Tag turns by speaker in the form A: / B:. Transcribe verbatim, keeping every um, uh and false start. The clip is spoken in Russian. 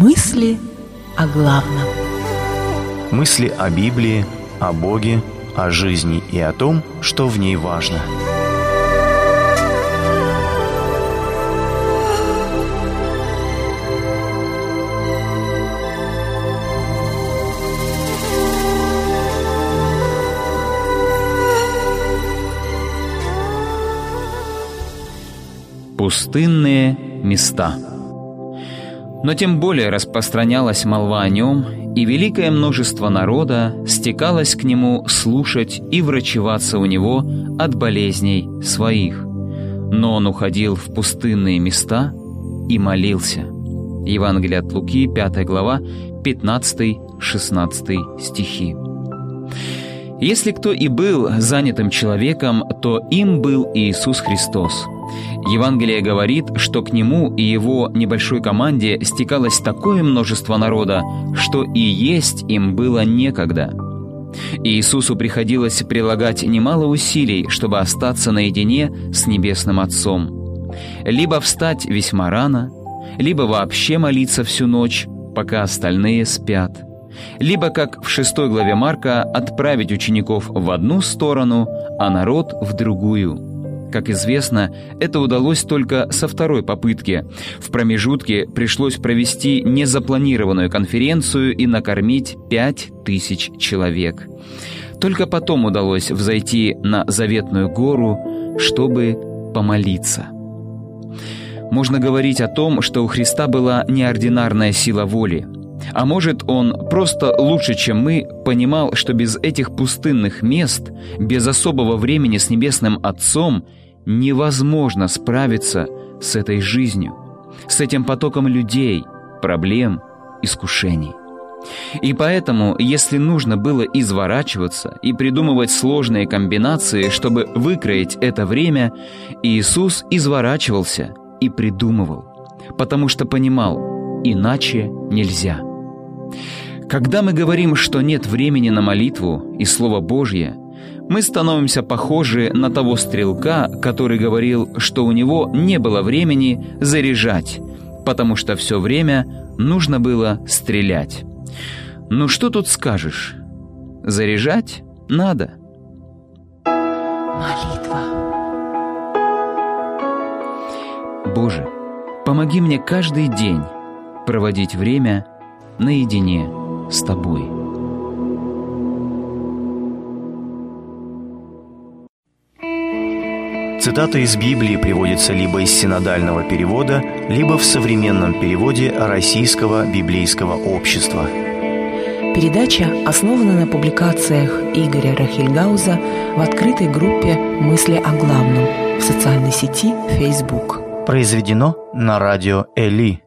A: Мысли о главном.
B: Мысли о Библии, о Боге, о жизни и о том, что в ней важно.
C: Пустынные места. Но тем более распространялась молва о нем, и великое множество народа стекалось к нему слушать и врачеваться у него от болезней своих. Но он уходил в пустынные места и молился. Евангелие от Луки, пятая глава, пятнадцатый-шестнадцатый стихи. Если кто и был занятым человеком, то им был Иисус Христос. Евангелие говорит, что к Нему и Его небольшой команде стекалось такое множество народа, что и есть им было некогда. Иисусу приходилось прилагать немало усилий, чтобы остаться наедине с Небесным Отцом. Либо встать весьма рано, либо вообще молиться всю ночь, пока остальные спят. Либо, как в шестой главе Марка, отправить учеников в одну сторону, а народ в другую. Как известно, это удалось только со второй попытки. В промежутке пришлось провести незапланированную конференцию и накормить пять тысяч человек. Только потом удалось взойти на заветную гору, чтобы помолиться. Можно говорить о том, что у Христа была неординарная сила воли. А может, Он просто лучше, чем мы, понимал, что без этих пустынных мест, без особого времени с Небесным Отцом невозможно справиться с этой жизнью, с этим потоком людей, проблем, искушений. И поэтому, если нужно было изворачиваться и придумывать сложные комбинации, чтобы выкроить это время, Иисус изворачивался и придумывал, потому что понимал, иначе нельзя. Когда мы говорим, что нет времени на молитву и Слово Божье, мы становимся похожи на того стрелка, который говорил, что у него не было времени заряжать, потому что все время нужно было стрелять. Ну что тут скажешь? Заряжать надо.
A: Молитва.
C: Боже, помоги мне каждый день проводить время наедине с Тобой.
B: Цитата из Библии приводится либо из синодального перевода, либо в современном переводе Российского библейского общества.
A: Передача основана на публикациях Игоря Рахильгауза в открытой группе «Мысли о главном» в социальной сети Facebook.
B: Произведено на радио Эли.